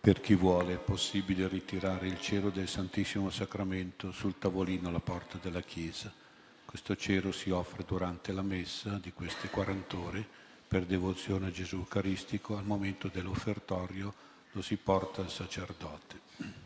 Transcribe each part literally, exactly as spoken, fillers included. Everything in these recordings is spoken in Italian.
Per chi vuole è possibile ritirare il cero del Santissimo Sacramento sul tavolino alla porta della chiesa. Questo cero si offre durante la messa di queste quaranta ore per devozione a Gesù Eucaristico. Al momento dell'offertorio lo si porta al sacerdote.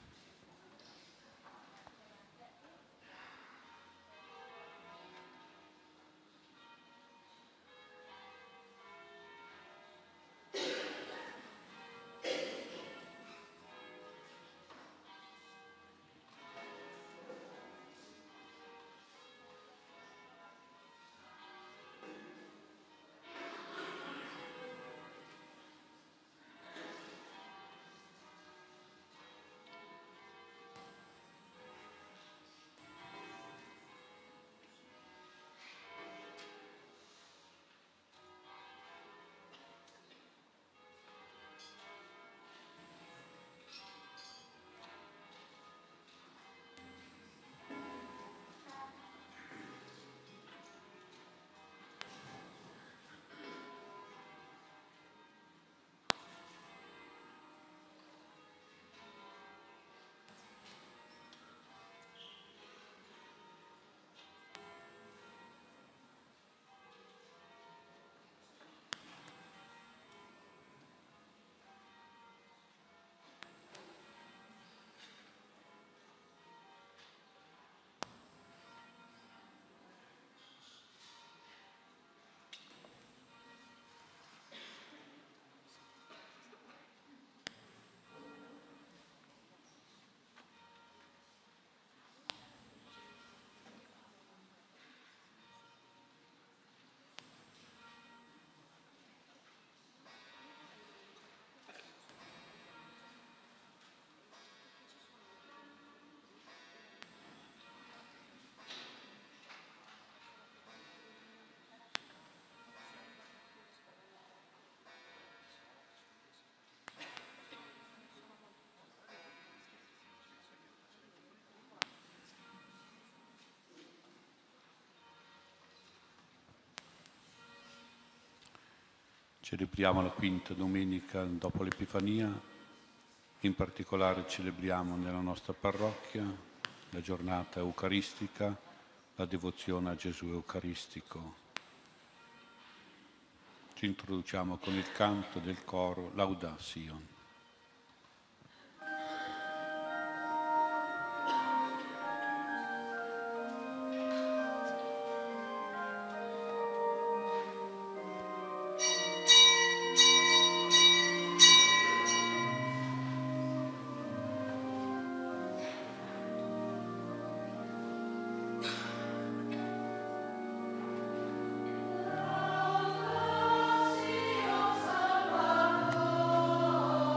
Celebriamo la quinta domenica dopo l'Epifania, in particolare celebriamo nella nostra parrocchia la giornata eucaristica, la devozione a Gesù Eucaristico. Ci introduciamo con il canto del coro Lauda Sion. Oh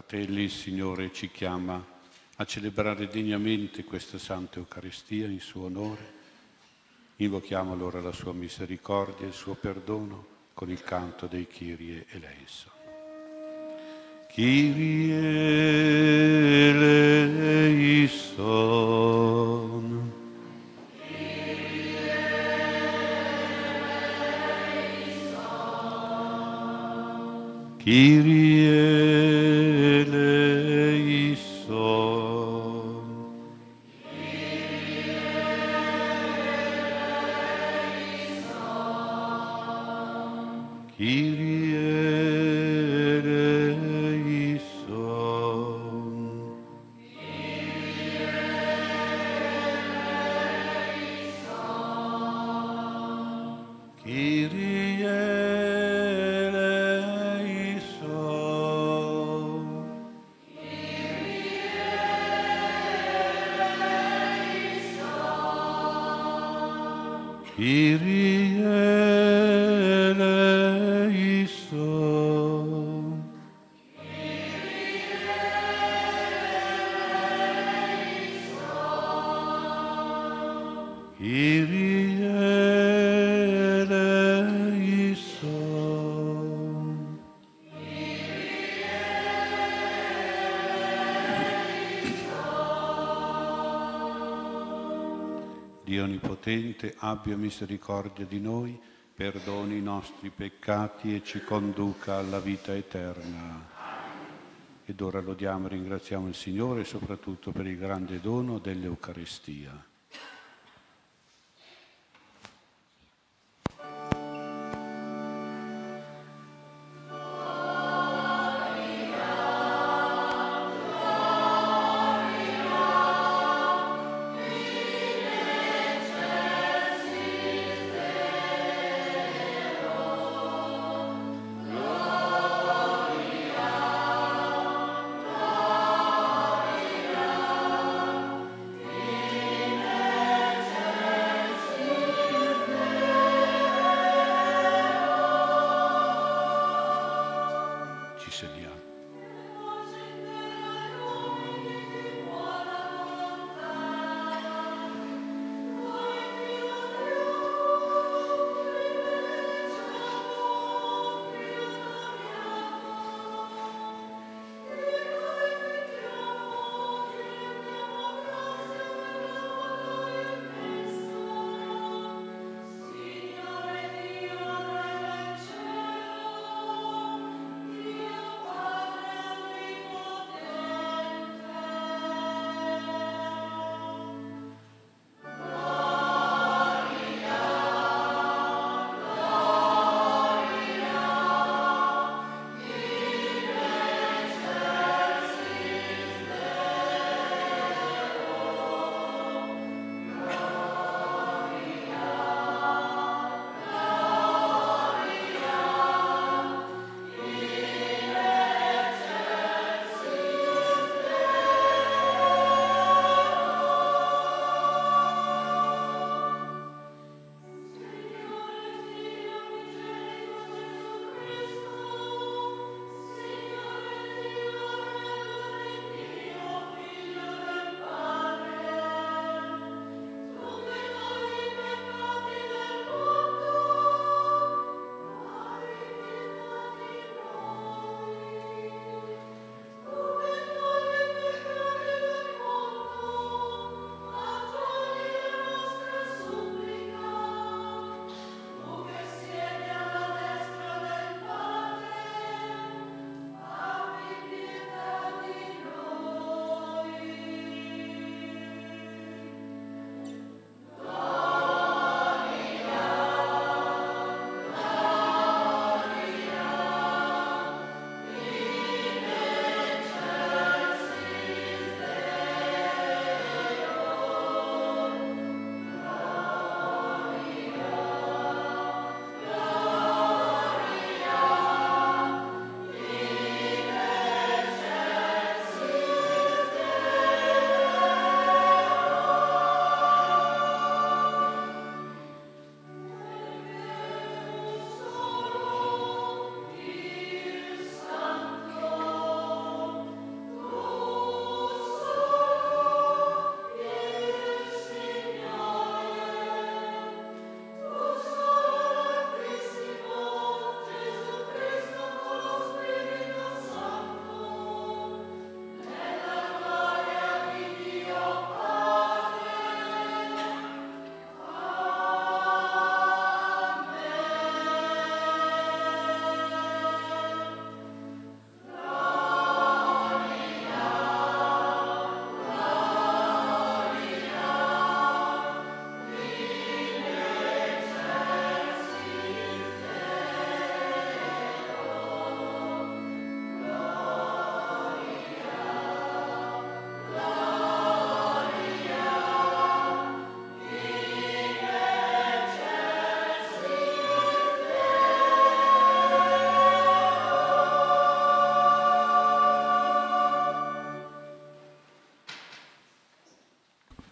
Fratelli, il Signore ci chiama a celebrare degnamente questa Santa Eucaristia in suo onore. Invochiamo allora la sua misericordia e il suo perdono con il canto dei Kyrie eleison. Kyrie eleison. Kyrie eleison. Kyrie eleison. Kyrie Kyrie eleison. Kyrie eleison. Dio Onnipotente abbia misericordia di noi, perdoni i nostri peccati e ci conduca alla vita eterna. Ed ora lodiamo e ringraziamo il Signore soprattutto per il grande dono dell'Eucaristia. Signore Dio del cielo, Dio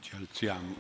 Ci alziamo.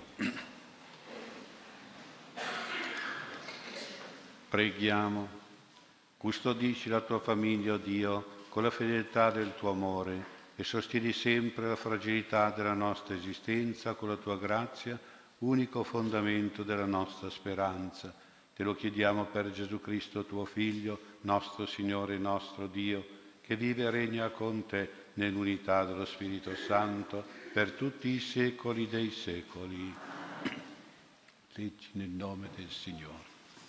Preghiamo. Custodisci la tua famiglia, o Dio, con la fedeltà del tuo amore e sostieni sempre la fragilità della nostra esistenza con la tua grazia, unico fondamento della nostra speranza. Te lo chiediamo per Gesù Cristo, tuo Figlio, nostro Signore e nostro Dio, che vive e regna con te nell'unità dello Spirito Santo per tutti i secoli dei secoli. Leggi nel nome del Signore.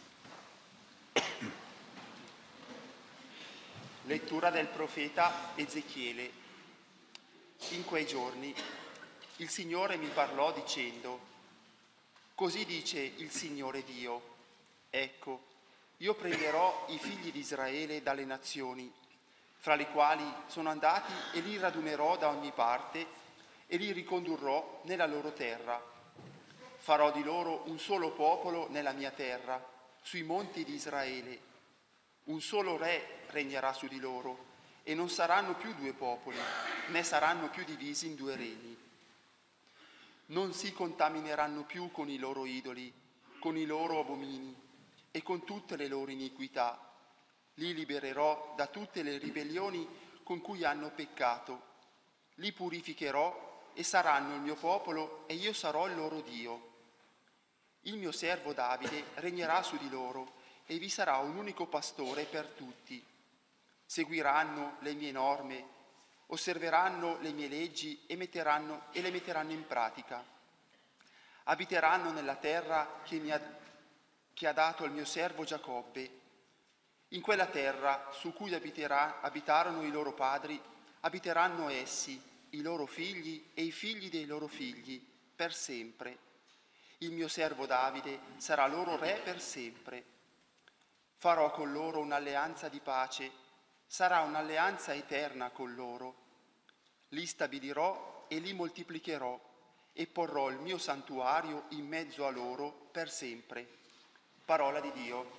Lettura del profeta Ezechiele. In quei giorni il Signore mi parlò dicendo: così dice il Signore Dio, ecco, io prenderò i figli di Israele dalle nazioni, fra le quali sono andati, e li radunerò da ogni parte e li ricondurrò nella loro terra. Farò di loro un solo popolo nella mia terra, sui monti di Israele. Un solo re regnerà su di loro, e non saranno più due popoli, né saranno più divisi in due regni. Non si contamineranno più con i loro idoli, con i loro abomini e con tutte le loro iniquità. Li libererò da tutte le ribellioni con cui hanno peccato. Li purificherò e saranno il mio popolo e io sarò il loro Dio. Il mio servo Davide regnerà su di loro e vi sarà un unico pastore per tutti. Seguiranno le mie norme, osserveranno le mie leggi e, metteranno, e le metteranno in pratica. Abiteranno nella terra che, mi ha, che ha dato al mio servo Giacobbe. In quella terra su cui abiterà, abitarono i loro padri, abiteranno essi, i loro figli e i figli dei loro figli, per sempre. Il mio servo Davide sarà loro re per sempre. Farò con loro un'alleanza di pace, sarà un'alleanza eterna con loro. Li stabilirò e li moltiplicherò e porrò il mio santuario in mezzo a loro per sempre. Parola di Dio.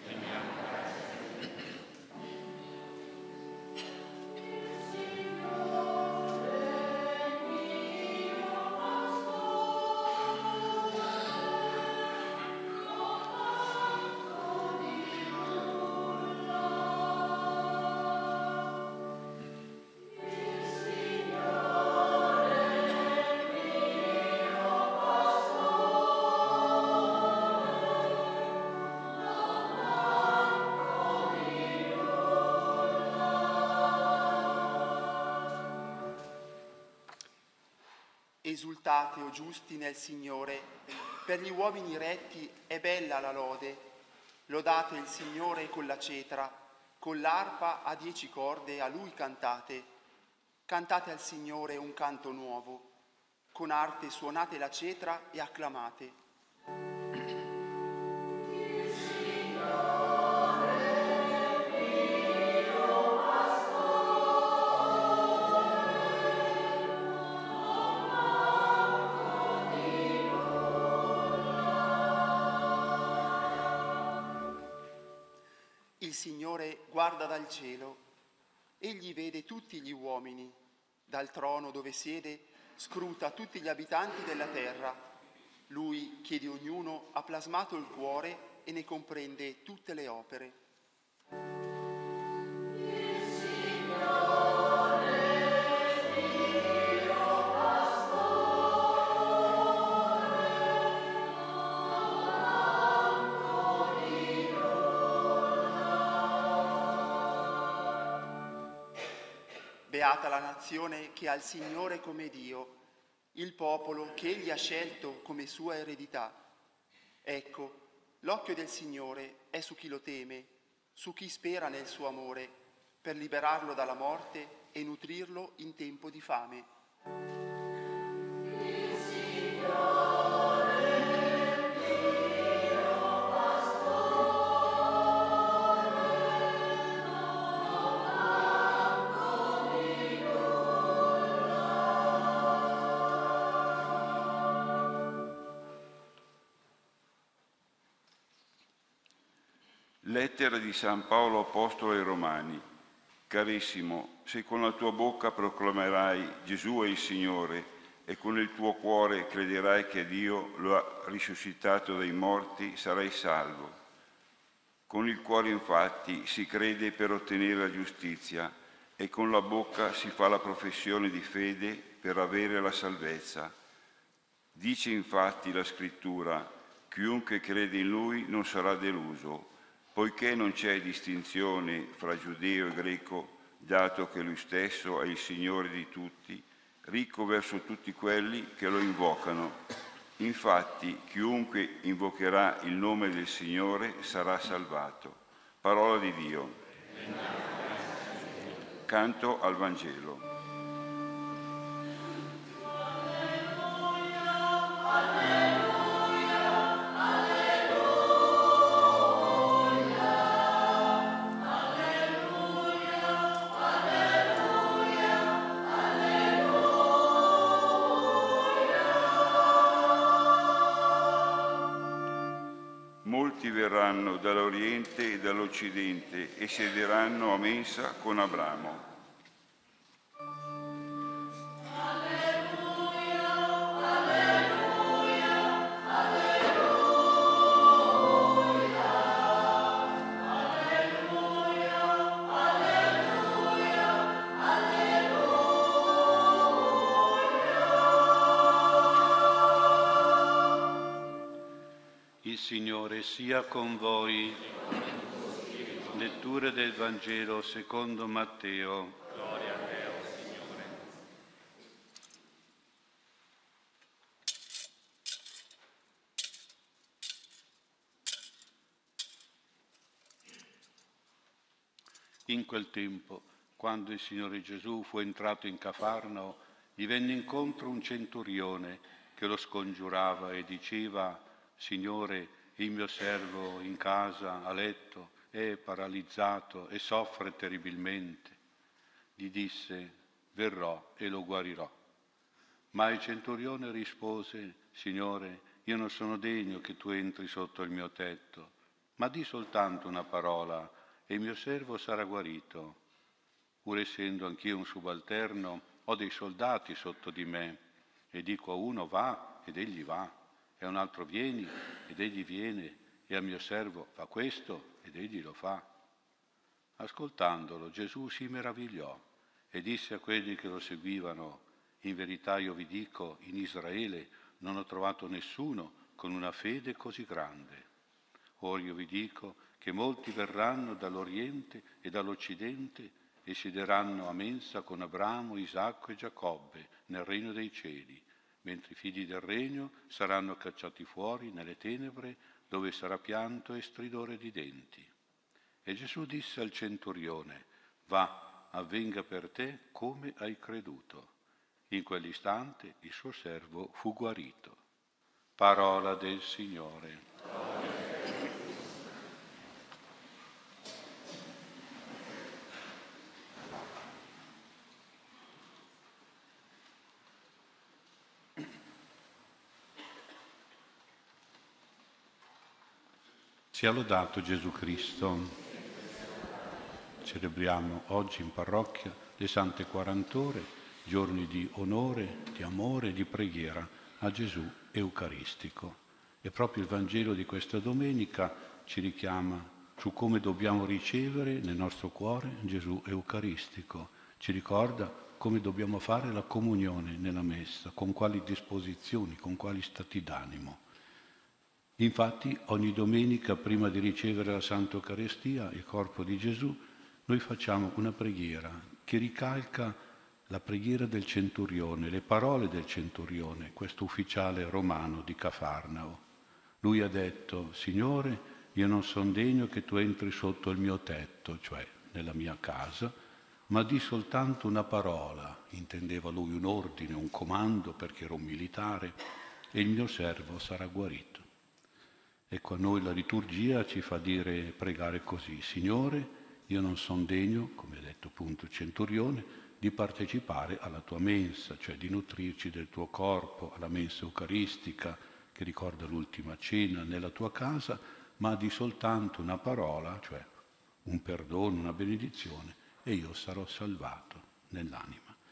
Esultate, o giusti, nel Signore, per gli uomini retti è bella la lode. Lodate il Signore con la cetra, con l'arpa a dieci corde a Lui cantate. Cantate al Signore un canto nuovo, con arte suonate la cetra e acclamate. Il Signore guarda dal cielo, egli vede tutti gli uomini, dal trono dove siede scruta tutti gli abitanti della terra. Lui, che di ognuno ha plasmato il cuore e ne comprende tutte le opere. Beata la nazione che ha il Signore come Dio, il popolo che Egli ha scelto come sua eredità. Ecco, l'occhio del Signore è su chi lo teme, su chi spera nel suo amore, per liberarlo dalla morte e nutrirlo in tempo di fame. Il Signore Lettera di San Paolo Apostolo ai Romani. Carissimo, se con la tua bocca proclamerai Gesù è il Signore e con il tuo cuore crederai che Dio lo ha risuscitato dai morti, sarai salvo. Con il cuore infatti si crede per ottenere la giustizia e con la bocca si fa la professione di fede per avere la salvezza. Dice infatti la Scrittura: chiunque crede in Lui non sarà deluso, poiché non c'è distinzione fra giudeo e greco, dato che Lui stesso è il Signore di tutti, ricco verso tutti quelli che lo invocano. Infatti, chiunque invocherà il nome del Signore sarà salvato. Parola di Dio. Canto al Vangelo. Molti verranno dall'Oriente e dall'Occidente e siederanno a mensa con Abramo. Il Signore sia con voi. Lettura del Vangelo secondo Matteo. Gloria a te, o Signore. In quel tempo, quando il Signore Gesù fu entrato in Cafarnao, gli venne incontro un centurione che lo scongiurava e diceva: Signore, il mio servo in casa a letto è paralizzato e soffre terribilmente. Gli disse: verrò e lo guarirò. Ma il centurione rispose: Signore, io non sono degno che tu entri sotto il mio tetto, ma di soltanto una parola e il mio servo sarà guarito. Pur essendo anch'io un subalterno, ho dei soldati sotto di me, e dico a uno va ed egli va, e a un altro vieni ed egli viene, e al mio servo fa questo ed egli lo fa. Ascoltandolo, Gesù si meravigliò e disse a quelli che lo seguivano: in verità io vi dico, in Israele non ho trovato nessuno con una fede così grande. Ora io vi dico che molti verranno dall'Oriente e dall'Occidente e siederanno a mensa con Abramo, Isacco e Giacobbe nel regno dei cieli, mentre i figli del regno saranno cacciati fuori nelle tenebre, dove sarà pianto e stridore di denti. E Gesù disse al centurione: va, avvenga per te come hai creduto. In quell'istante il suo servo fu guarito. Parola del Signore. Sia lodato Gesù Cristo. Celebriamo oggi in parrocchia le Sante Quarant'ore, giorni di onore, di amore e di preghiera a Gesù Eucaristico. E proprio il Vangelo di questa domenica ci richiama su come dobbiamo ricevere nel nostro cuore Gesù Eucaristico. Ci ricorda come dobbiamo fare la comunione nella Messa, con quali disposizioni, con quali stati d'animo. Infatti ogni domenica prima di ricevere la Santa Eucaristia, il corpo di Gesù, noi facciamo una preghiera che ricalca la preghiera del centurione, le parole del centurione, questo ufficiale romano di Cafarnao. Lui ha detto: Signore, io non sono degno che tu entri sotto il mio tetto, cioè nella mia casa, ma di soltanto una parola, intendeva lui un ordine, un comando, perché era un militare, e il mio servo sarà guarito. Ecco, a noi la liturgia ci fa dire, pregare così: Signore, io non sono degno, come ha detto appunto il centurione, di partecipare alla tua mensa, cioè di nutrirci del tuo corpo, alla mensa eucaristica che ricorda l'ultima cena nella tua casa, ma di soltanto una parola, cioè un perdono, una benedizione, e io sarò salvato nell'anima.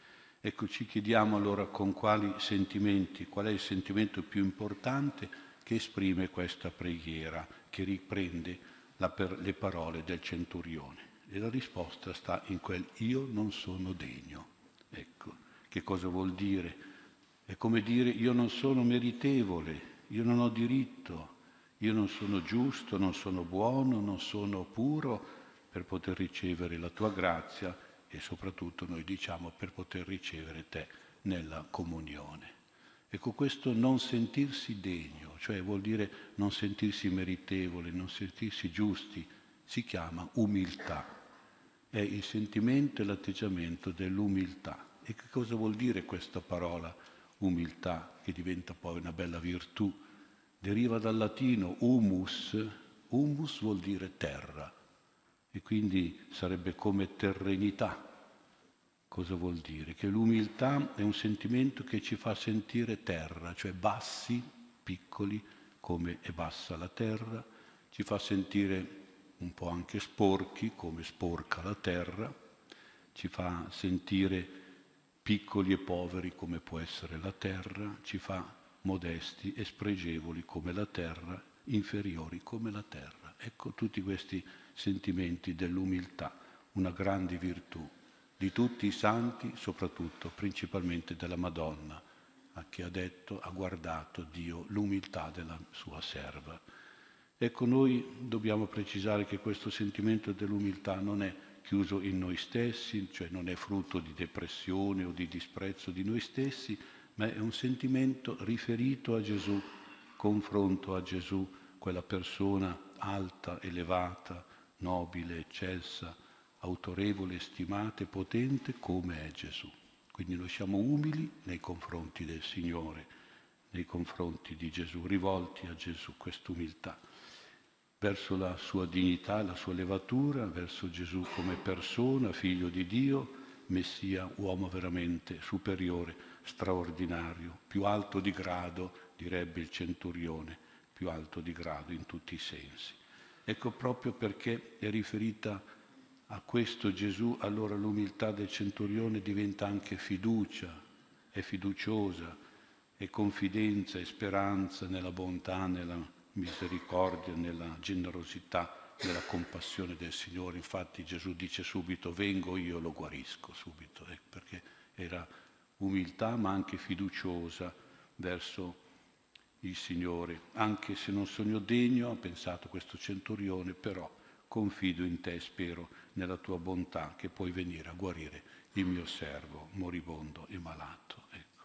Ecco, ci chiediamo allora con quali sentimenti, qual è il sentimento più importante che esprime questa preghiera, che riprende la per, le parole del centurione. E la risposta sta in quel io non sono degno. Ecco, che cosa vuol dire? È come dire io non sono meritevole, io non ho diritto, io non sono giusto, non sono buono, non sono puro per poter ricevere la tua grazia e soprattutto noi diciamo per poter ricevere te nella comunione. Ecco, questo non sentirsi degno, cioè vuol dire non sentirsi meritevole, non sentirsi giusti, si chiama umiltà. È il sentimento e l'atteggiamento dell'umiltà. E che cosa vuol dire questa parola umiltà, che diventa poi una bella virtù? Deriva dal latino humus, humus vuol dire terra, e quindi sarebbe come terrenità. Cosa vuol dire? Che l'umiltà è un sentimento che ci fa sentire terra, cioè bassi, piccoli, come è bassa la terra, ci fa sentire un po' anche sporchi, come sporca la terra, ci fa sentire piccoli e poveri, come può essere la terra, ci fa modesti e spregevoli come la terra, inferiori come la terra. Ecco tutti questi sentimenti dell'umiltà, una grande virtù di tutti i santi, soprattutto, principalmente della Madonna, a che ha detto, ha guardato Dio l'umiltà della sua serva. Ecco, noi dobbiamo precisare che questo sentimento dell'umiltà non è chiuso in noi stessi, cioè non è frutto di depressione o di disprezzo di noi stessi, ma è un sentimento riferito a Gesù, confronto a Gesù, quella persona alta, elevata, nobile, eccelsa, autorevole, stimata e potente come è Gesù. Quindi noi siamo umili nei confronti del Signore, nei confronti di Gesù, rivolti a Gesù, quest'umiltà, verso la sua dignità, la sua levatura, verso Gesù come persona, figlio di Dio, Messia, uomo veramente superiore, straordinario, più alto di grado, direbbe il centurione, più alto di grado in tutti i sensi. Ecco, proprio perché è riferita a questo Gesù, allora l'umiltà del centurione diventa anche fiducia, è fiduciosa, è confidenza, è speranza nella bontà, nella misericordia, nella generosità, nella compassione del Signore. Infatti Gesù dice subito, vengo io, lo guarisco subito, eh, perché era umiltà ma anche fiduciosa verso il Signore. Anche se non sono degno, ha pensato questo centurione, però confido in te, spero nella tua bontà che puoi venire a guarire il mio servo moribondo e malato. Ecco.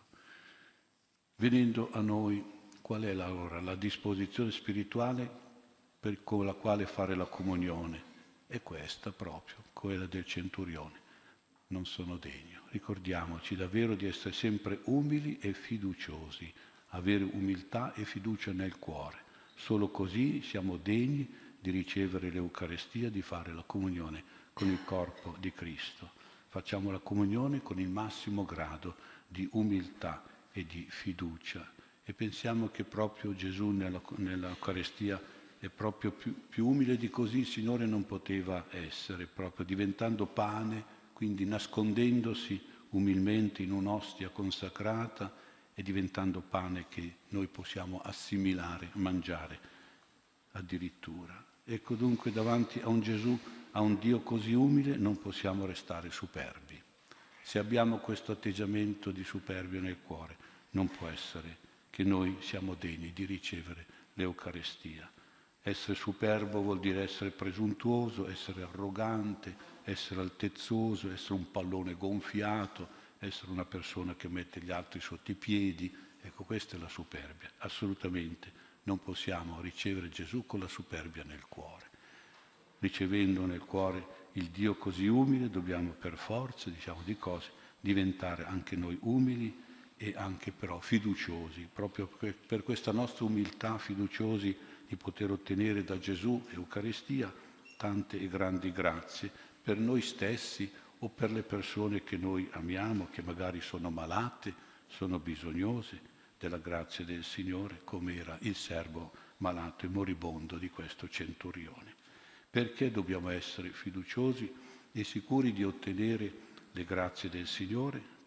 Venendo a noi, qual è allora la disposizione spirituale per, con la quale fare la comunione? È questa proprio, quella del centurione. Non sono degno. Ricordiamoci davvero di essere sempre umili e fiduciosi, avere umiltà e fiducia nel cuore. Solo così siamo degni di ricevere l'Eucarestia, di fare la comunione con il corpo di Cristo. Facciamo la comunione con il massimo grado di umiltà e di fiducia. E pensiamo che proprio Gesù nella, nell'Eucarestia è proprio più, più umile di così il Signore non poteva essere, proprio diventando pane, quindi nascondendosi umilmente in un'ostia consacrata e diventando pane che noi possiamo assimilare, mangiare addirittura. Ecco dunque davanti a un Gesù, a un Dio così umile non possiamo restare superbi. Se abbiamo questo atteggiamento di superbia nel cuore, non può essere che noi siamo degni di ricevere l'Eucarestia. Essere superbo vuol dire essere presuntuoso, essere arrogante, essere altezzoso, essere un pallone gonfiato, essere una persona che mette gli altri sotto i piedi. Ecco, questa è la superbia. Assolutamente non possiamo ricevere Gesù con la superbia nel cuore. Ricevendo nel cuore il Dio così umile, dobbiamo per forza, diciamo di cose, diventare anche noi umili e anche però fiduciosi, proprio per questa nostra umiltà, fiduciosi di poter ottenere da Gesù, Eucaristia, tante e grandi grazie per noi stessi o per le persone che noi amiamo, che magari sono malate, sono bisognose della grazia del Signore, come era il servo malato e moribondo di questo centurione. Perché dobbiamo essere fiduciosi e sicuri di ottenere le grazie del Signore?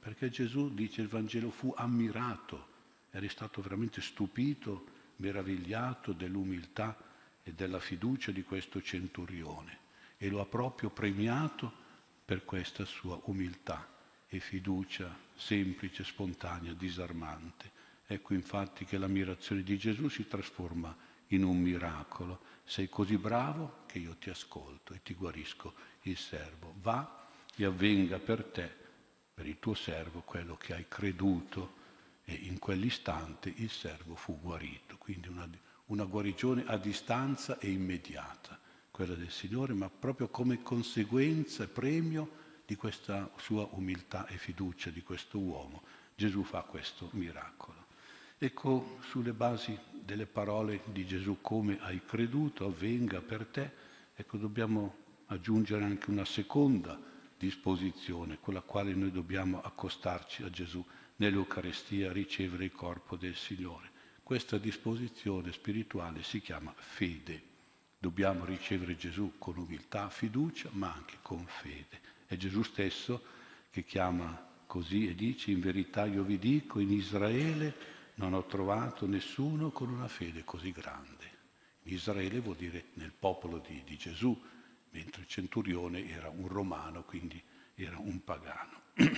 perché Gesù, dice il Vangelo, fu ammirato, era stato veramente stupito, meravigliato dell'umiltà e della fiducia di questo centurione e lo ha proprio premiato per questa sua umiltà e fiducia semplice, spontanea, disarmante. Ecco infatti che l'ammirazione di Gesù si trasforma in un miracolo. Sei così bravo che io ti ascolto e ti guarisco il servo. Va e avvenga per te, per il tuo servo, quello che hai creduto. E in quell'istante il servo fu guarito. Quindi una, una guarigione a distanza e immediata, quella del Signore, ma proprio come conseguenza e premio di questa sua umiltà e fiducia di questo uomo. Gesù fa questo miracolo. Ecco, sulle basi delle parole di Gesù, come hai creduto, avvenga per te, ecco, dobbiamo aggiungere anche una seconda disposizione, con la quale noi dobbiamo accostarci a Gesù nell'Eucaristia, a ricevere il corpo del Signore. Questa disposizione spirituale si chiama fede. Dobbiamo ricevere Gesù con umiltà, fiducia, ma anche con fede. È Gesù stesso che chiama così e dice: in verità io vi dico, in Israele non ho trovato nessuno con una fede così grande. In Israele vuol dire nel popolo di, di Gesù, mentre il centurione era un romano, quindi era un pagano.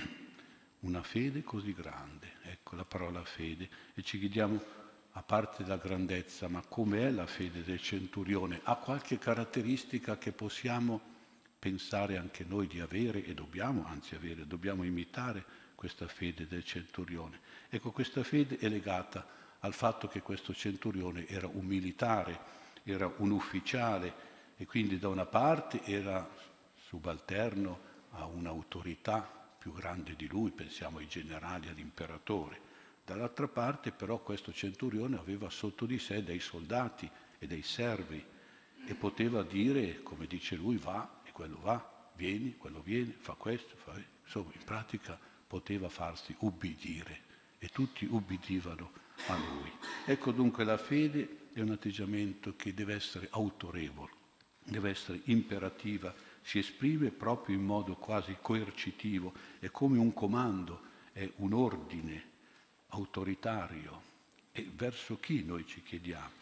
Una fede così grande, ecco la parola fede. E ci chiediamo, a parte la grandezza, ma com'è la fede del centurione? Ha qualche caratteristica che possiamo pensare anche noi di avere e dobbiamo anzi avere, dobbiamo imitare questa fede del centurione. Ecco, questa fede è legata al fatto che questo centurione era un militare, era un ufficiale e quindi da una parte era subalterno a un'autorità più grande di lui, pensiamo ai generali, all'imperatore. Dall'altra parte però questo centurione aveva sotto di sé dei soldati e dei servi e poteva dire, come dice lui, va e quello va, vieni, quello viene, fa questo, fa questo. Insomma, in pratica poteva farsi ubbidire e tutti ubbidivano a lui. Ecco dunque la fede è un atteggiamento che deve essere autorevole, deve essere imperativa, si esprime proprio in modo quasi coercitivo, è come un comando, è un ordine autoritario. E verso chi noi ci chiediamo?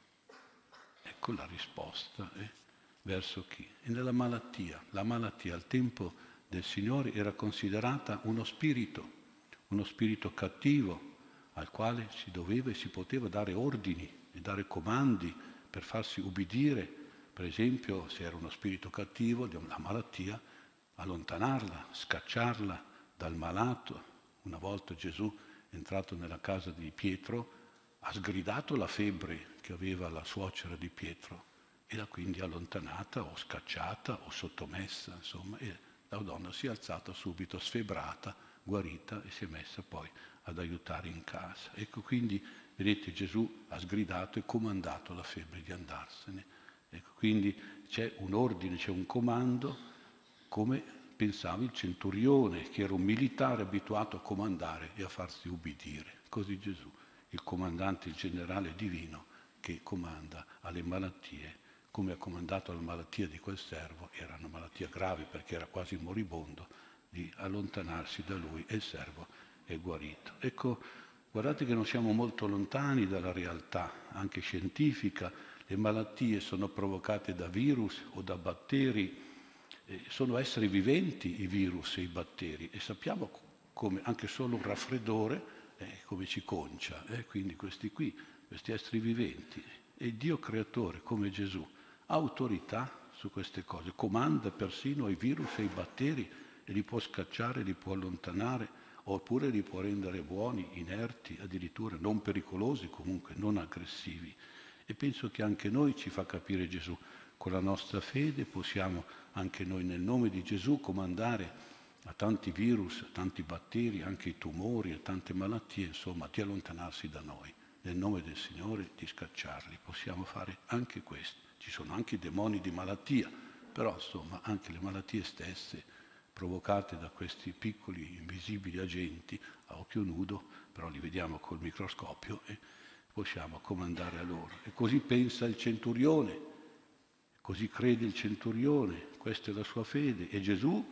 Ecco la risposta, eh? Verso chi? E nella malattia. La malattia al tempo del Signore era considerata uno spirito, uno spirito cattivo al quale si doveva e si poteva dare ordini e dare comandi per farsi ubbidire. Per esempio, se era uno spirito cattivo, di una malattia, allontanarla, scacciarla dal malato. Una volta Gesù, entrato nella casa di Pietro, ha sgridato la febbre che aveva la suocera di Pietro e l'ha quindi allontanata o scacciata o sottomessa, insomma, e la donna si è alzata subito, sfebrata, guarita e si è messa poi ad aiutare in casa. Ecco, quindi, vedete, Gesù ha sgridato e comandato la febbre di andarsene. Ecco, quindi c'è un ordine, c'è un comando, come pensava il centurione, che era un militare abituato a comandare e a farsi ubbidire. Così Gesù, il comandante, il generale divino, che comanda alle malattie, come ha comandato alla malattia di quel servo, era una malattia grave perché era quasi moribondo, di allontanarsi da lui e il servo è guarito. Ecco, guardate che non siamo molto lontani dalla realtà, anche scientifica. Le malattie sono provocate da virus o da batteri, eh, sono esseri viventi i virus e i batteri e sappiamo come anche solo un raffreddore eh, come ci concia, eh, quindi questi qui, questi esseri viventi. E Dio creatore come Gesù ha autorità su queste cose, comanda persino ai virus e ai batteri e li può scacciare, li può allontanare, oppure li può rendere buoni, inerti, addirittura non pericolosi, comunque non aggressivi. E penso che anche noi ci fa capire Gesù. Con la nostra fede possiamo anche noi nel nome di Gesù comandare a tanti virus, a tanti batteri, anche ai tumori, a tante malattie, insomma, di allontanarsi da noi. Nel nome del Signore di scacciarli. Possiamo fare anche questo. Ci sono anche i demoni di malattia, però insomma anche le malattie stesse provocate da questi piccoli invisibili agenti a occhio nudo, però li vediamo col microscopio e possiamo comandare a loro. E così pensa il centurione, così crede il centurione, questa è la sua fede. E Gesù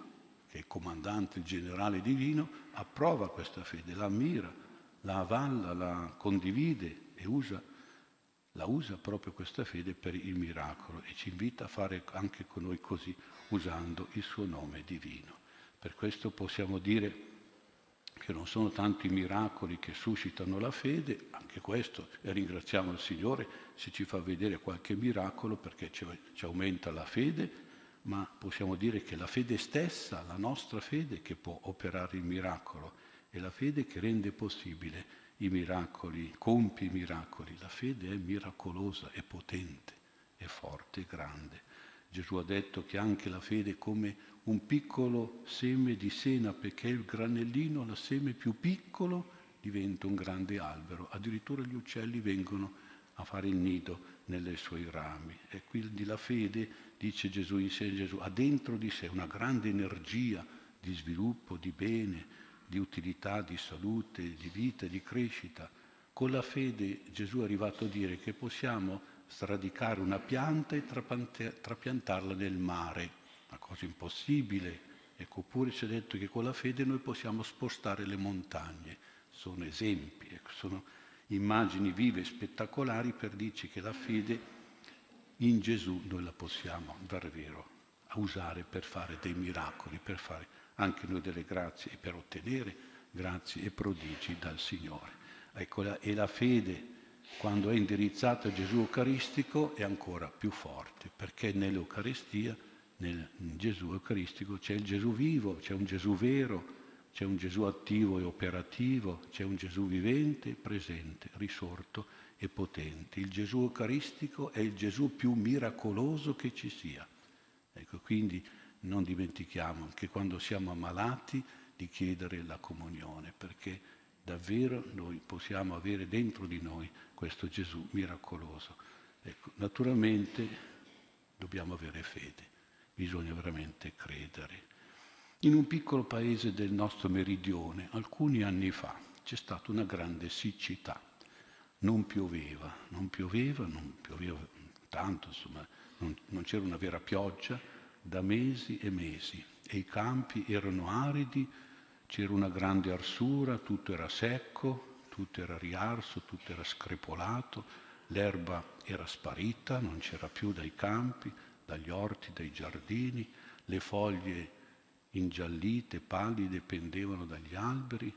che è il comandante, il generale divino, approva questa fede, la ammira, la avalla, la condivide e usa, la usa proprio questa fede per il miracolo e ci invita a fare anche con noi così, usando il suo nome divino. Per questo possiamo dire che non sono tanto i miracoli che suscitano la fede, anche questo, e ringraziamo il Signore se ci fa vedere qualche miracolo perché ci, ci aumenta la fede, ma possiamo dire che la fede stessa, la nostra fede che può operare il miracolo, è la fede che rende possibile i miracoli, compie i miracoli. La fede è miracolosa, è potente, è forte, è grande. Gesù ha detto che anche la fede è come un piccolo seme di senape, che è il granellino, la seme più piccolo, diventa un grande albero. Addirittura gli uccelli vengono a fare il nido nelle suoi rami. E quindi la fede, dice Gesù, insegna Gesù, ha dentro di sé una grande energia di sviluppo, di bene, di utilità, di salute, di vita, di crescita. Con la fede Gesù è arrivato a dire che possiamo sradicare una pianta e trapiantarla nel mare, una cosa impossibile. Ecco, oppure ci ha detto che con la fede noi possiamo spostare le montagne. Sono esempi, ecco, sono immagini vive e spettacolari per dirci che la fede in Gesù noi la possiamo davvero usare per fare dei miracoli, per fare anche noi delle grazie e per ottenere grazie e prodigi dal Signore. Ecco, la, e la fede, quando è indirizzata a Gesù Eucaristico, è ancora più forte, perché nell'Eucaristia, nel Gesù Eucaristico, c'è il Gesù vivo, c'è un Gesù vero, c'è un Gesù attivo e operativo, c'è un Gesù vivente, presente, risorto e potente. Il Gesù Eucaristico è il Gesù più miracoloso che ci sia. Ecco, quindi non dimentichiamo che quando siamo ammalati di chiedere la comunione, perché davvero noi possiamo avere dentro di noi questo Gesù miracoloso. Ecco, naturalmente dobbiamo avere fede, bisogna veramente credere. In un piccolo paese del nostro meridione, alcuni anni fa, c'è stata una grande siccità. Non pioveva, non pioveva, non pioveva tanto, insomma, non, non c'era una vera pioggia da mesi e mesi e i campi erano aridi, c'era una grande arsura, tutto era secco, tutto era riarso, tutto era screpolato, l'erba era sparita, non c'era più dai campi, dagli orti, dai giardini, le foglie ingiallite, pallide pendevano dagli alberi.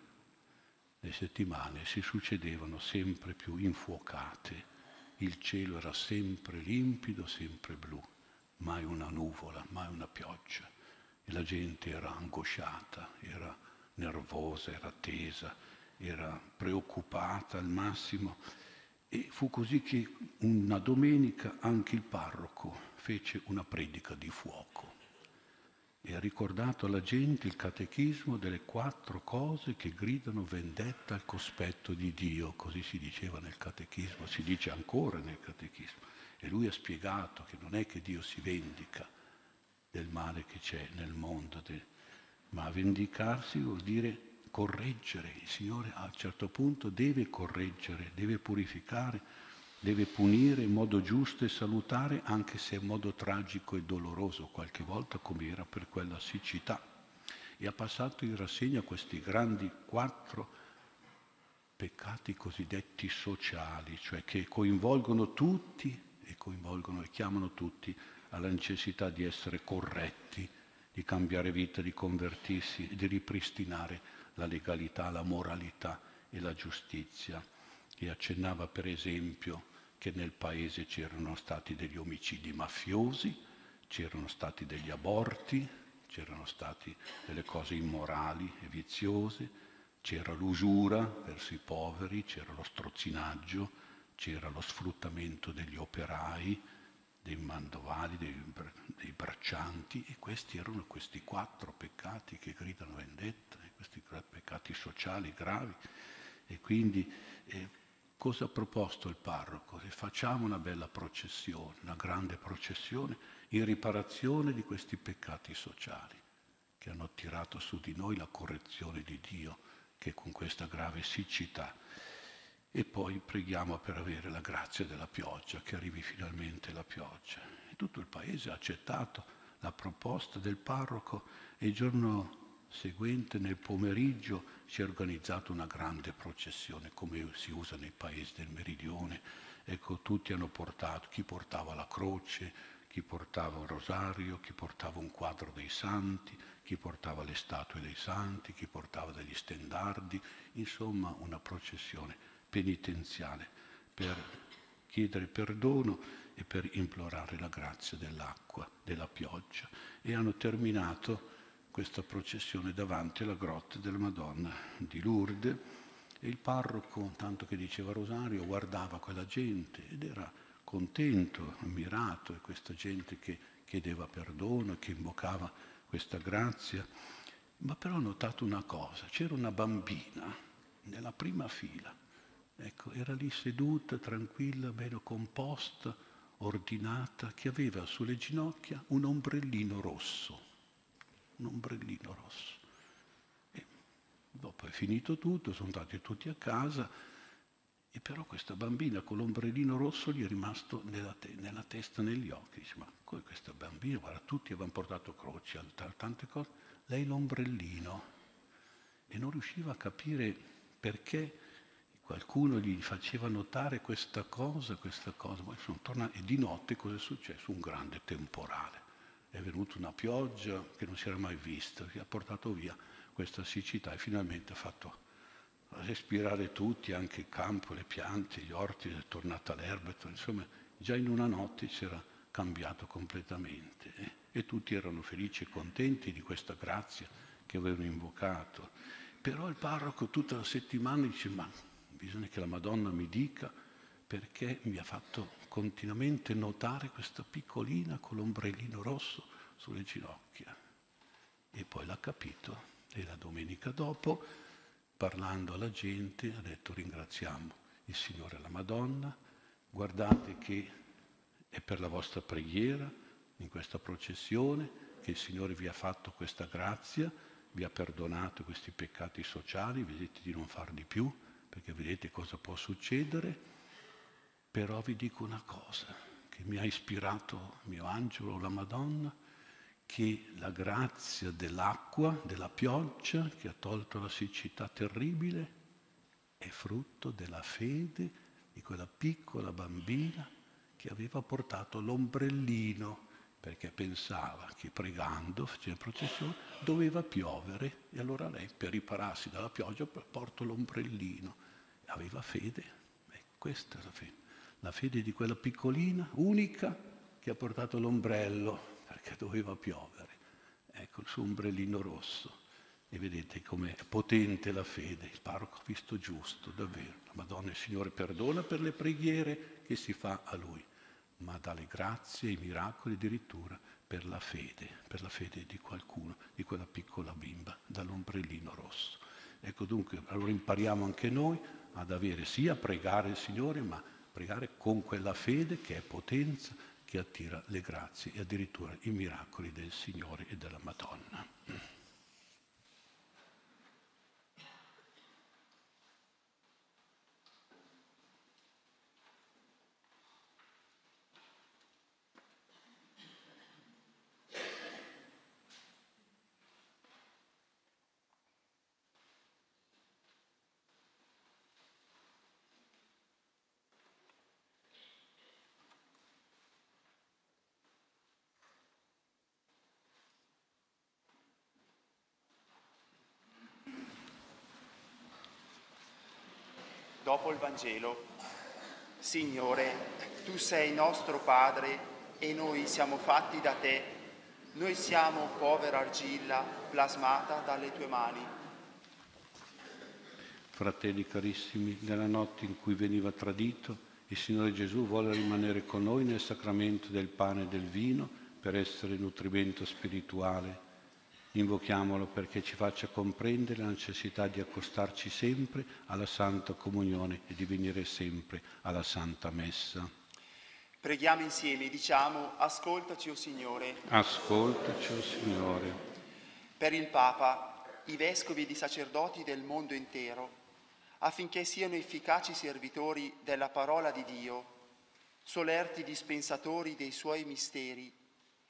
Le settimane si succedevano sempre più infuocate, il cielo era sempre limpido, sempre blu, mai una nuvola, mai una pioggia. E la gente era angosciata, era nervosa, era tesa, era preoccupata al massimo. E fu così che una domenica anche il parroco fece una predica di fuoco. E ha ricordato alla gente il catechismo delle quattro cose che gridano vendetta al cospetto di Dio, così si diceva nel catechismo, si dice ancora nel catechismo. E lui ha spiegato che non è che Dio si vendica del male che c'è nel mondo, del... ma vendicarsi vuol dire correggere. Il Signore a un certo punto deve correggere, deve purificare, deve punire in modo giusto e salutare, anche se in modo tragico e doloroso, qualche volta come era per quella siccità. E ha passato in rassegna questi grandi quattro peccati cosiddetti sociali, cioè che coinvolgono tutti e coinvolgono e chiamano tutti alla necessità di essere corretti, di cambiare vita, di convertirsi, di ripristinare la legalità, la moralità e la giustizia. E accennava per esempio che nel paese c'erano stati degli omicidi mafiosi, c'erano stati degli aborti, c'erano stati delle cose immorali e viziose, c'era l'usura verso i poveri, c'era lo strozzinaggio, c'era lo sfruttamento degli operai, dei mandovali, dei, dei braccianti, e questi erano questi quattro peccati che gridano vendetta, questi peccati sociali gravi. E quindi eh, cosa ha proposto il parroco? Se facciamo una bella processione, una grande processione, in riparazione di questi peccati sociali che hanno tirato su di noi la correzione di Dio, che con questa grave siccità. E poi preghiamo per avere la grazia della pioggia, che arrivi finalmente la pioggia. E tutto il paese ha accettato la proposta del parroco e il giorno seguente, nel pomeriggio, si è organizzata una grande processione, come si usa nei paesi del Meridione. Ecco, tutti hanno portato, chi portava la croce, chi portava un rosario, chi portava un quadro dei santi, chi portava le statue dei santi, chi portava degli stendardi, insomma una processione penitenziale per chiedere perdono e per implorare la grazia dell'acqua, della pioggia. E hanno terminato questa processione davanti alla grotta della Madonna di Lourdes e il parroco, tanto che diceva rosario, guardava quella gente ed era contento, ammirato, e questa gente che chiedeva perdono e che invocava questa grazia. Ma però ho notato una cosa, c'era una bambina nella prima fila, ecco, era lì seduta, tranquilla, bene composta, ordinata, che aveva sulle ginocchia un ombrellino rosso, un ombrellino rosso. E dopo è finito tutto, sono andati tutti a casa, e però questa bambina con l'ombrellino rosso gli è rimasto nella, te- nella testa, negli occhi. Dice, ma come questa bambina, guarda, tutti avevano portato croci, tante cose, lei l'ombrellino. E non riusciva a capire perché qualcuno gli faceva notare questa cosa, questa cosa. Poi sono tornati, e di notte cosa è successo? Un grande temporale. È venuta una pioggia che non si era mai vista, che ha portato via questa siccità e finalmente ha fatto respirare tutti, anche il campo, le piante, gli orti, è tornata l'erba, insomma già in una notte si era cambiato completamente eh? E tutti erano felici e contenti di questa grazia che avevano invocato. Però il parroco tutta la settimana dice, ma bisogna che la Madonna mi dica perché mi ha fatto continuamente notare questa piccolina con l'ombrellino rosso sulle ginocchia. E poi l'ha capito e la domenica dopo, parlando alla gente, ha detto ringraziamo il Signore e la Madonna, guardate che è per la vostra preghiera in questa processione che il Signore vi ha fatto questa grazia, vi ha perdonato questi peccati sociali, vedete di non farli più, perché vedete cosa può succedere. Però vi dico una cosa, che mi ha ispirato il mio angelo, la Madonna, che la grazia dell'acqua, della pioggia, che ha tolto la siccità terribile, è frutto della fede di quella piccola bambina che aveva portato l'ombrellino, perché pensava che pregando, facendo processione, doveva piovere, e allora lei, per ripararsi dalla pioggia, porta l'ombrellino. Aveva fede, e questa è la fede. La fede di quella piccolina, unica, che ha portato l'ombrello, perché doveva piovere. Ecco il suo ombrellino rosso. E vedete com'è potente la fede. Il parroco ha visto giusto, davvero. La Madonna, il Signore perdona per le preghiere che si fa a Lui, ma dà le grazie e i miracoli addirittura per la fede, per la fede di qualcuno, di quella piccola bimba, dall'ombrellino rosso. Ecco dunque, allora impariamo anche noi ad avere, sì, a pregare il Signore, ma pregare con quella fede che è potenza, che attira le grazie e addirittura i miracoli del Signore e della Madonna. Dopo il Vangelo, Signore, tu sei nostro Padre e noi siamo fatti da te, noi siamo povera argilla plasmata dalle tue mani. Fratelli carissimi, nella notte in cui veniva tradito, il Signore Gesù vuole rimanere con noi nel sacramento del pane e del vino per essere nutrimento spirituale. Invochiamolo perché ci faccia comprendere la necessità di accostarci sempre alla Santa Comunione e di venire sempre alla Santa Messa. Preghiamo insieme e diciamo, ascoltaci, o Signore. Ascoltaci, o Signore. Per il Papa, i vescovi ed i sacerdoti del mondo intero, affinché siano efficaci servitori della parola di Dio, solerti dispensatori dei suoi misteri,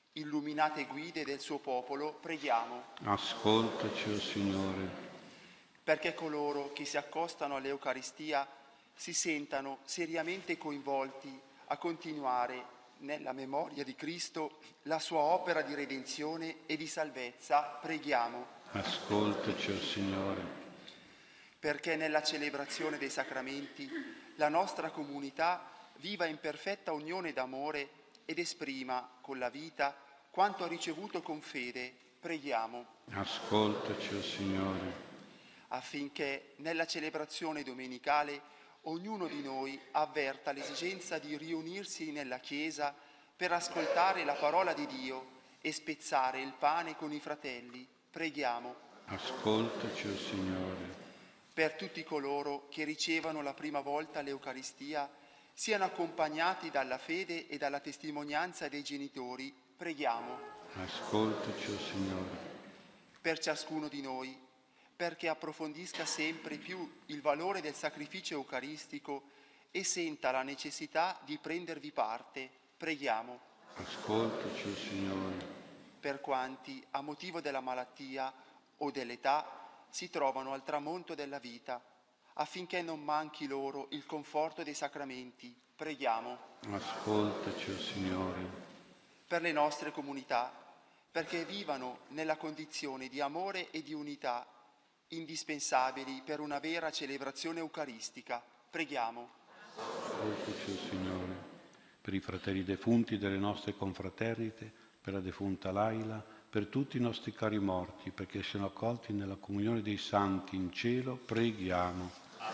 illuminate guide del suo popolo, preghiamo. Ascoltaci, o Signore. Perché coloro che si accostano all'Eucaristia si sentano seriamente coinvolti a continuare nella memoria di Cristo la sua opera di redenzione e di salvezza, preghiamo. Ascoltaci, o Signore. Perché nella celebrazione dei sacramenti la nostra comunità viva in perfetta unione d'amore ed esprima con la vita quanto ha ricevuto con fede, preghiamo. Ascoltaci, o Signore. Affinché nella celebrazione domenicale ognuno di noi avverta l'esigenza di riunirsi nella Chiesa per ascoltare la parola di Dio e spezzare il pane con i fratelli, preghiamo. Ascoltaci, o Signore. Per tutti coloro che ricevono la prima volta l'Eucaristia, siano accompagnati dalla fede e dalla testimonianza dei genitori, preghiamo. Ascoltaci, o Signore. Per ciascuno di noi, perché approfondisca sempre più il valore del sacrificio eucaristico e senta la necessità di prendervi parte, preghiamo. Ascoltaci, o Signore. Per quanti, a motivo della malattia o dell'età, si trovano al tramonto della vita, affinché non manchi loro il conforto dei sacramenti, preghiamo. Ascoltaci, o Signore. Per le nostre comunità, perché vivano nella condizione di amore e di unità, indispensabili per una vera celebrazione eucaristica, preghiamo. Ascoltaci, o Signore. Per i fratelli defunti delle nostre confraternite, per la defunta Laila, per tutti i nostri cari morti, perché siano accolti nella comunione dei santi in cielo, preghiamo.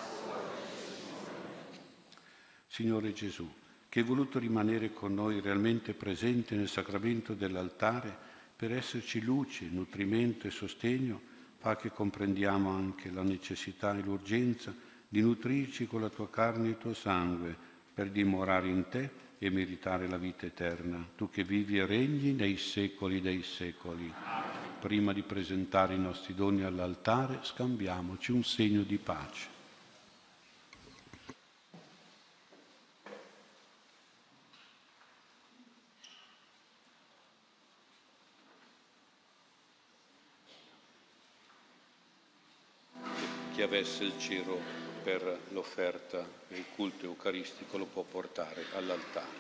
Signore Gesù, che hai voluto rimanere con noi realmente presente nel sacramento dell'altare, per esserci luce, nutrimento e sostegno, fa che comprendiamo anche la necessità e l'urgenza di nutrirci con la tua carne e il tuo sangue, per dimorare in te e meritare la vita eterna, tu che vivi e regni nei secoli dei secoli. Prima di presentare i nostri doni all'altare, scambiamoci un segno di pace. Chi avesse il cero per l'offerta e il culto eucaristico lo può portare all'altare.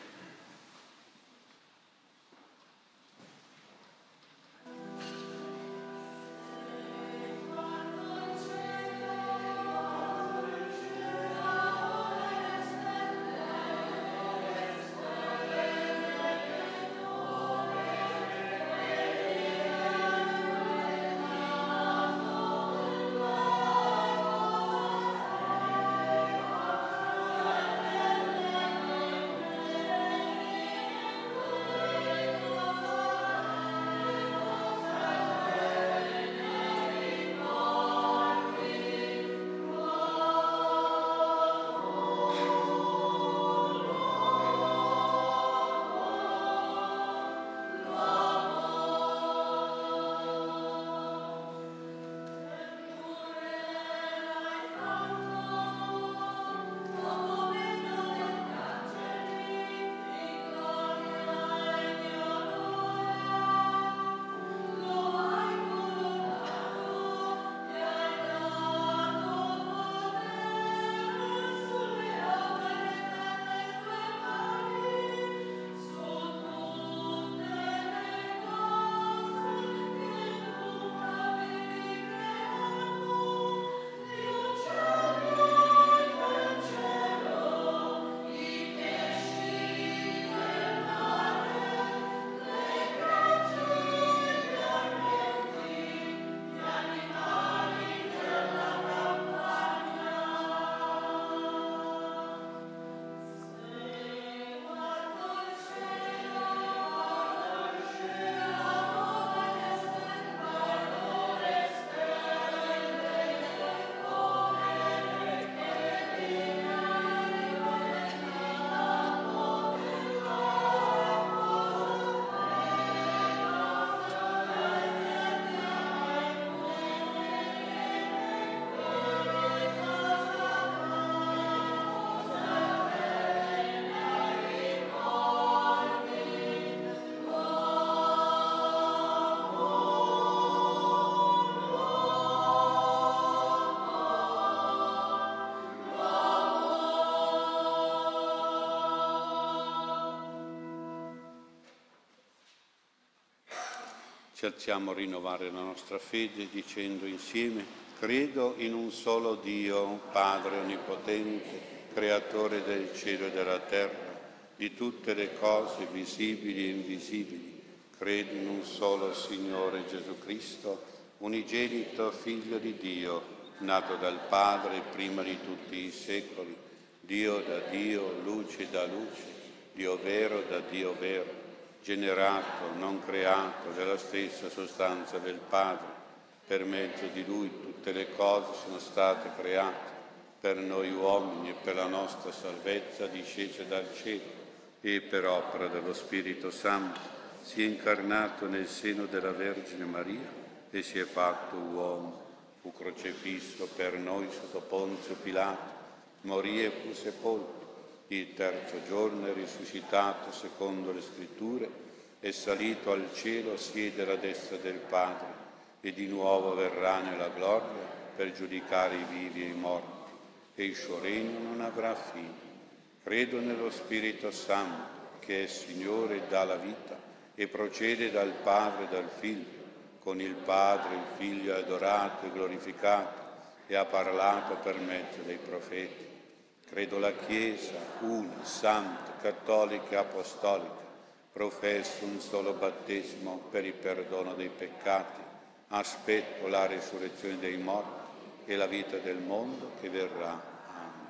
Ci alziamo a rinnovare la nostra fede dicendo insieme: credo in un solo Dio, Padre Onnipotente, Creatore del cielo e della terra, di tutte le cose visibili e invisibili. Credo in un solo Signore Gesù Cristo, unigenito Figlio di Dio, nato dal Padre prima di tutti i secoli, Dio da Dio, luce da luce, Dio vero da Dio vero, generato, non creato, della stessa sostanza del Padre. Per mezzo di Lui tutte le cose sono state create, per noi uomini e per la nostra salvezza discese dal cielo, e per opera dello Spirito Santo si è incarnato nel seno della Vergine Maria e si è fatto uomo. Fu crocifisso per noi sotto Ponzio Pilato, morì e fu sepolto. Il terzo giorno è risuscitato secondo le Scritture, è salito al cielo, siede alla destra del Padre e di nuovo verrà nella gloria per giudicare i vivi e i morti, e il suo regno non avrà fine. Credo nello Spirito Santo, che è Signore e dà la vita e procede dal Padre e dal Figlio. Con il Padre il Figlio è adorato e glorificato e ha parlato per mezzo dei profeti. Credo la Chiesa, una, santa, cattolica e apostolica. Professo un solo battesimo per il perdono dei peccati. Aspetto la risurrezione dei morti e la vita del mondo che verrà. Amen.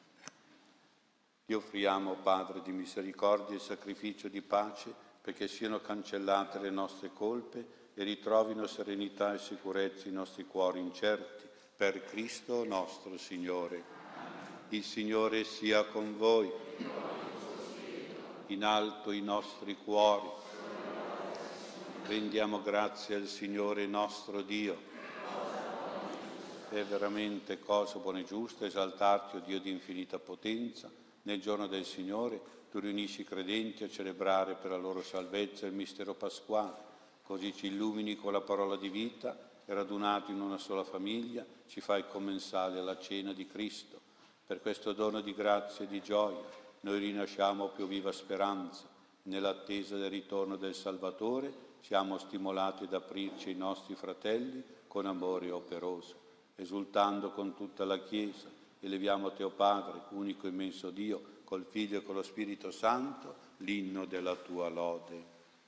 Ti offriamo, Padre di misericordia e sacrificio di pace, perché siano cancellate le nostre colpe e ritrovino serenità e sicurezza i nostri cuori incerti. Per Cristo nostro Signore. Il Signore sia con voi. In alto i nostri cuori. Rendiamo grazie al Signore nostro Dio. È veramente cosa buona e giusta esaltarti, o Dio di infinita potenza. Nel giorno del Signore tu riunisci i credenti a celebrare per la loro salvezza il mistero pasquale. Così ci illumini con la parola di vita e radunati in una sola famiglia ci fai commensali alla cena di Cristo. Per questo dono di grazia e di gioia noi rinasciamo più viva speranza. Nell'attesa del ritorno del Salvatore siamo stimolati ad aprirci ai nostri fratelli con amore operoso. Esultando con tutta la Chiesa, eleviamo a Teo Padre, unico immenso Dio, col Figlio e con lo Spirito Santo, l'inno della tua lode.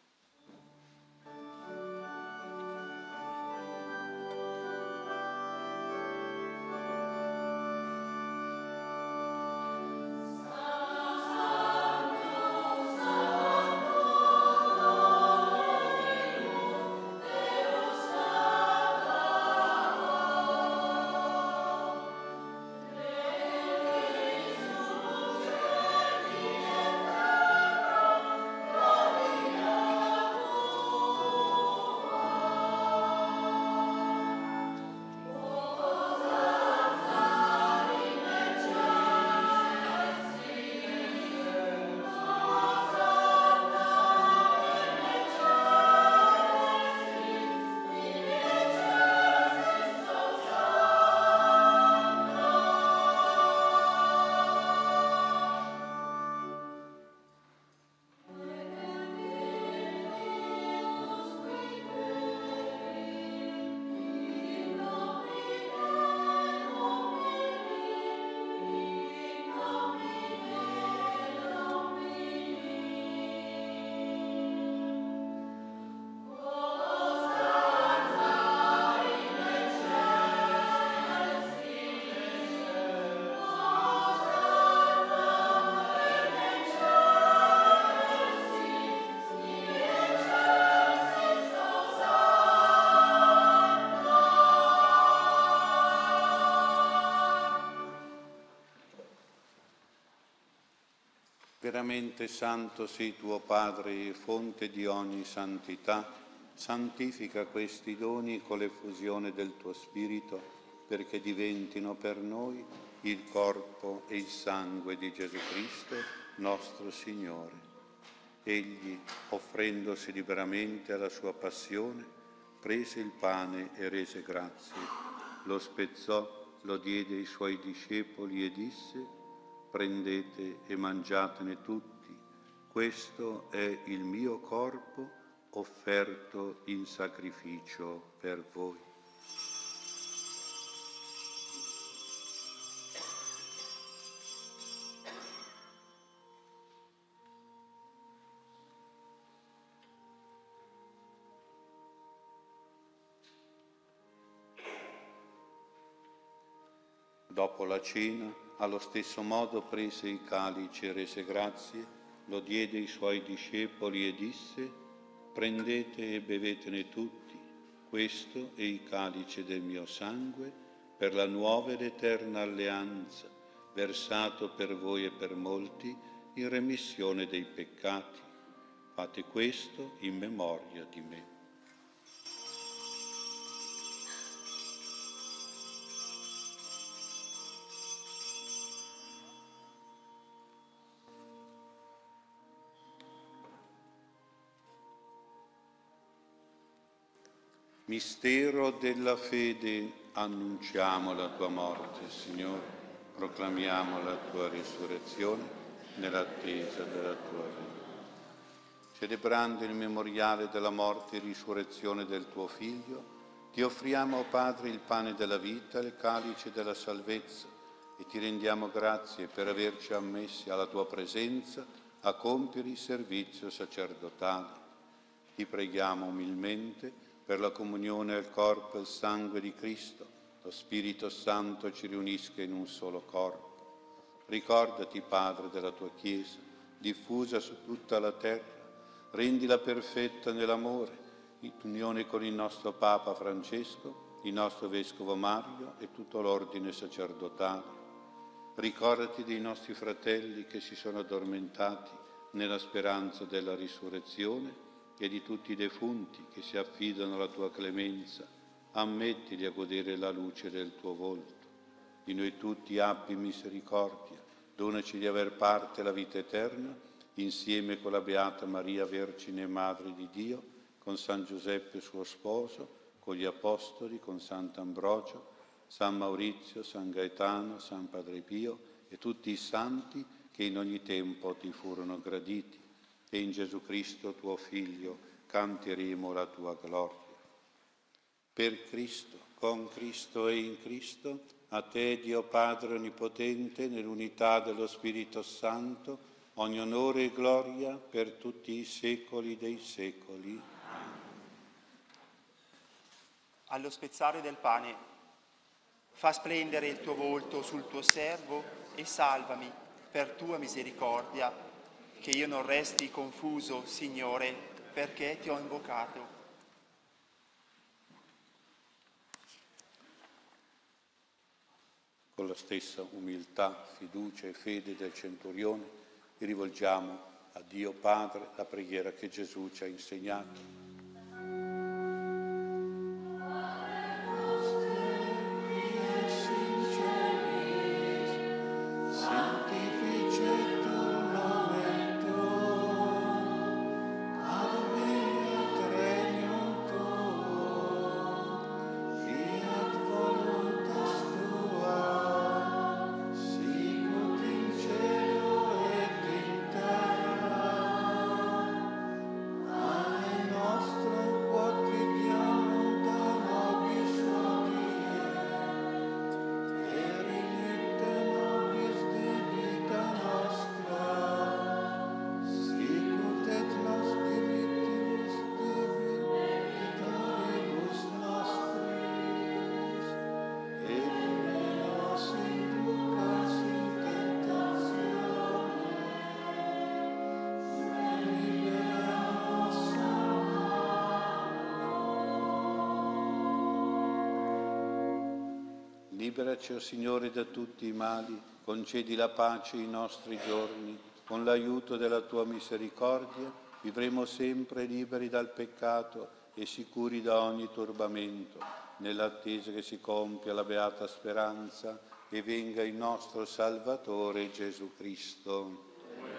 Veramente santo sei tuo Padre e fonte di ogni santità, santifica questi doni con l'effusione del tuo Spirito, perché diventino per noi il corpo e il sangue di Gesù Cristo, nostro Signore. Egli, offrendosi liberamente alla sua passione, prese il pane e rese grazie, lo spezzò, lo diede ai suoi discepoli e disse: prendete e mangiatene tutti, questo è il mio corpo offerto in sacrificio per voi. Dopo la cena, allo stesso modo prese il calice e rese grazie, lo diede ai suoi discepoli e disse: prendete e bevetene tutti, questo è il calice del mio sangue, per la nuova ed eterna alleanza, versato per voi e per molti in remissione dei peccati. Fate questo in memoria di me. Mistero della fede, annunciamo la tua morte, Signore, proclamiamo la tua risurrezione nell'attesa della tua venuta. Celebrando il memoriale della morte e risurrezione del tuo Figlio, ti offriamo, Padre, il pane della vita e il calice della salvezza e ti rendiamo grazie per averci ammessi alla tua presenza a compiere il servizio sacerdotale. Ti preghiamo umilmente per la comunione al corpo e al sangue di Cristo, lo Spirito Santo ci riunisca in un solo corpo. Ricordati, Padre, della tua Chiesa, diffusa su tutta la terra, rendila perfetta nell'amore, in unione con il nostro Papa Francesco, il nostro Vescovo Mario e tutto l'ordine sacerdotale. Ricordati dei nostri fratelli che si sono addormentati nella speranza della risurrezione e di tutti i defunti che si affidano alla tua clemenza, ammettili a godere la luce del tuo volto. Di noi tutti abbi misericordia, donaci di aver parte la vita eterna, insieme con la Beata Maria, Vergine e Madre di Dio, con San Giuseppe suo sposo, con gli Apostoli, con Sant'Ambrogio, San Maurizio, San Gaetano, San Padre Pio e tutti i santi che in ogni tempo ti furono graditi. E in Gesù Cristo, tuo Figlio, canteremo la tua gloria. Per Cristo, con Cristo e in Cristo, a te, Dio Padre Onnipotente, nell'unità dello Spirito Santo, ogni onore e gloria per tutti i secoli dei secoli. Allo spezzare del pane, fa splendere il tuo volto sul tuo servo e salvami per tua misericordia, che io non resti confuso, Signore, perché ti ho invocato. Con la stessa umiltà, fiducia e fede del centurione, rivolgiamo a Dio Padre la preghiera che Gesù ci ha insegnato. Liberaci, o Signore, da tutti i mali, concedi la pace ai nostri giorni, con l'aiuto della tua misericordia vivremo sempre liberi dal peccato e sicuri da ogni turbamento, nell'attesa che si compia la beata speranza e venga il nostro Salvatore Gesù Cristo.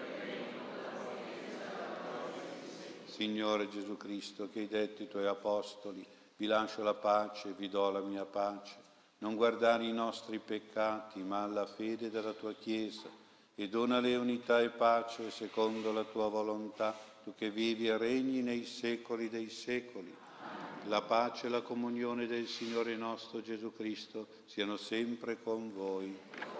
Signore Gesù Cristo, che hai detto ai tuoi apostoli: vi lascio la pace, vi do la mia pace. Non guardare i nostri peccati, ma alla fede della tua Chiesa, e donale unità e pace secondo la tua volontà, tu che vivi e regni nei secoli dei secoli. La pace e la comunione del Signore nostro Gesù Cristo siano sempre con voi.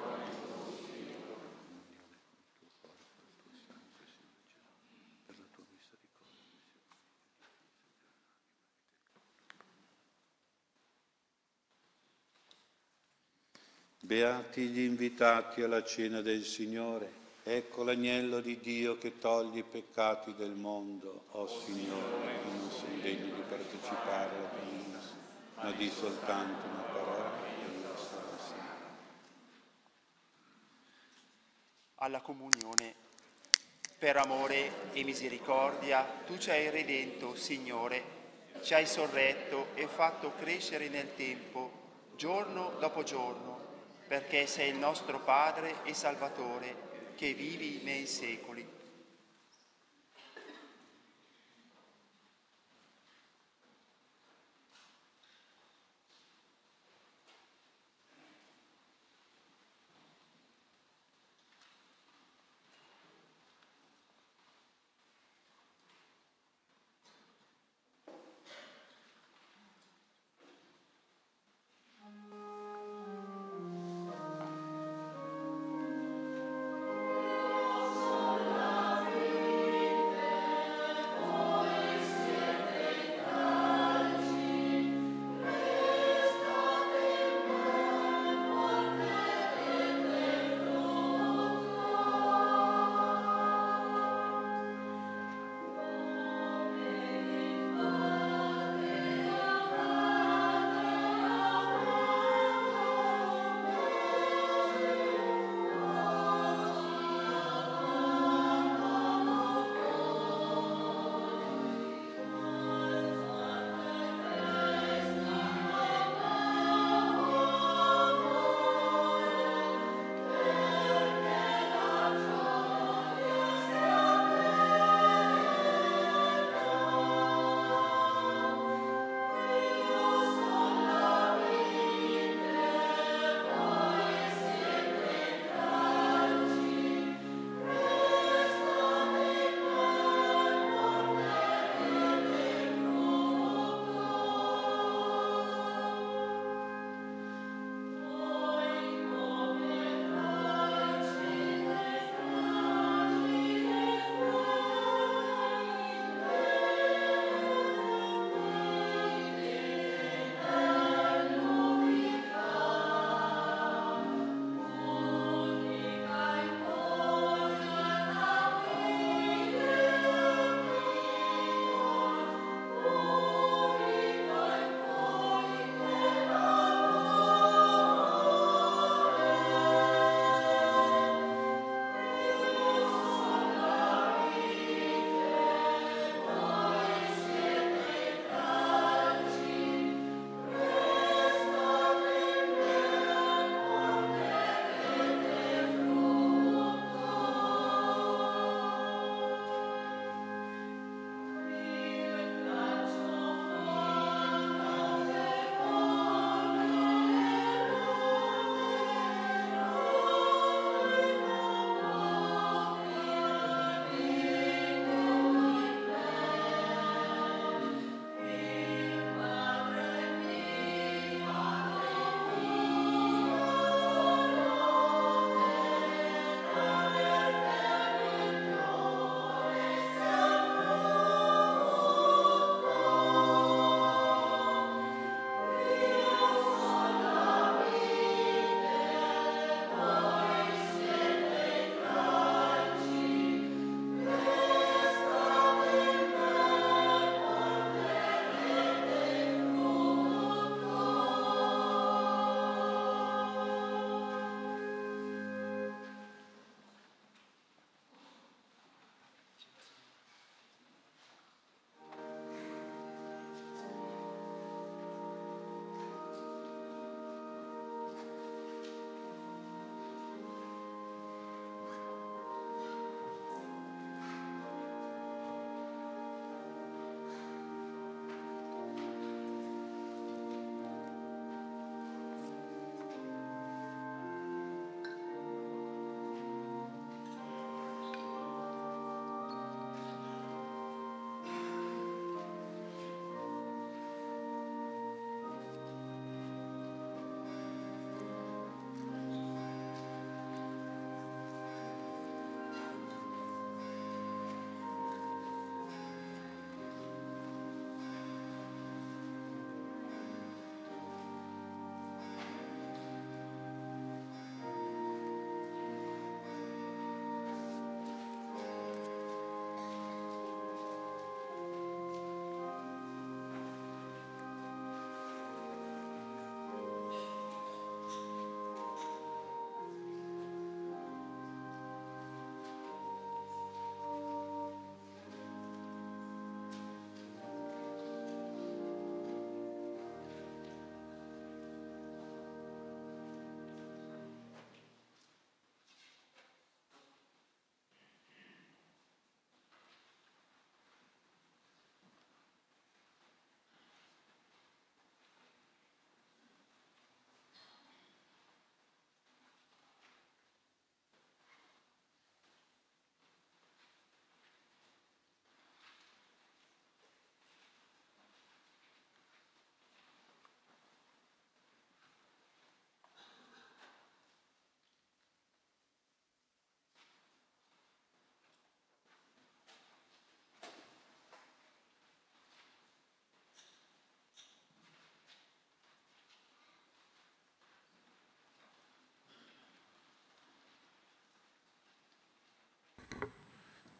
Beati gli invitati alla cena del Signore. Ecco l'agnello di Dio che toglie i peccati del mondo. O Signore, io non sono degno di partecipare alla tua messa, ma di soltanto una parola e io sarò salvo. Alla comunione. Per amore e misericordia tu ci hai redento, Signore, ci hai sorretto e fatto crescere nel tempo, giorno dopo giorno, perché sei il nostro Padre e Salvatore, che vivi nei secoli.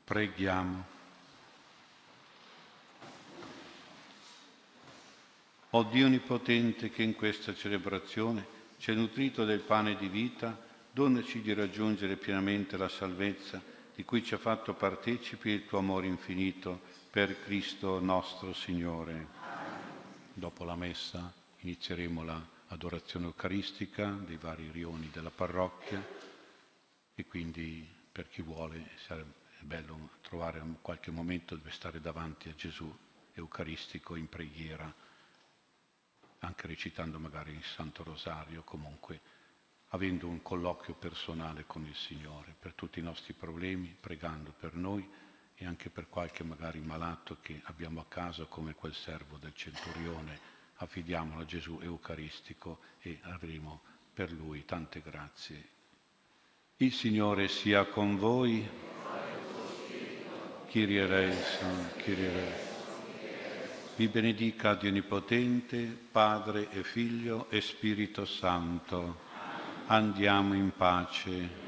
Preghiamo. O Dio Onnipotente, che in questa celebrazione ci hai nutrito del pane di vita, donaci di raggiungere pienamente la salvezza di cui ci ha fatto partecipi il tuo amore infinito per Cristo nostro Signore. Dopo la messa inizieremo l'adorazione eucaristica dei vari rioni della parrocchia e quindi per chi vuole sarebbe è bello trovare qualche momento dove stare davanti a Gesù eucaristico in preghiera, anche recitando magari il Santo Rosario, comunque avendo un colloquio personale con il Signore per tutti i nostri problemi, pregando per noi e anche per qualche magari malato che abbiamo a casa, come quel servo del centurione, affidiamolo a Gesù eucaristico e avremo per lui tante grazie. Il Signore sia con voi. Kyrie eleison, Kyrie eleison. Vi benedica Dio Onnipotente, Padre e Figlio e Spirito Santo. Andiamo in pace.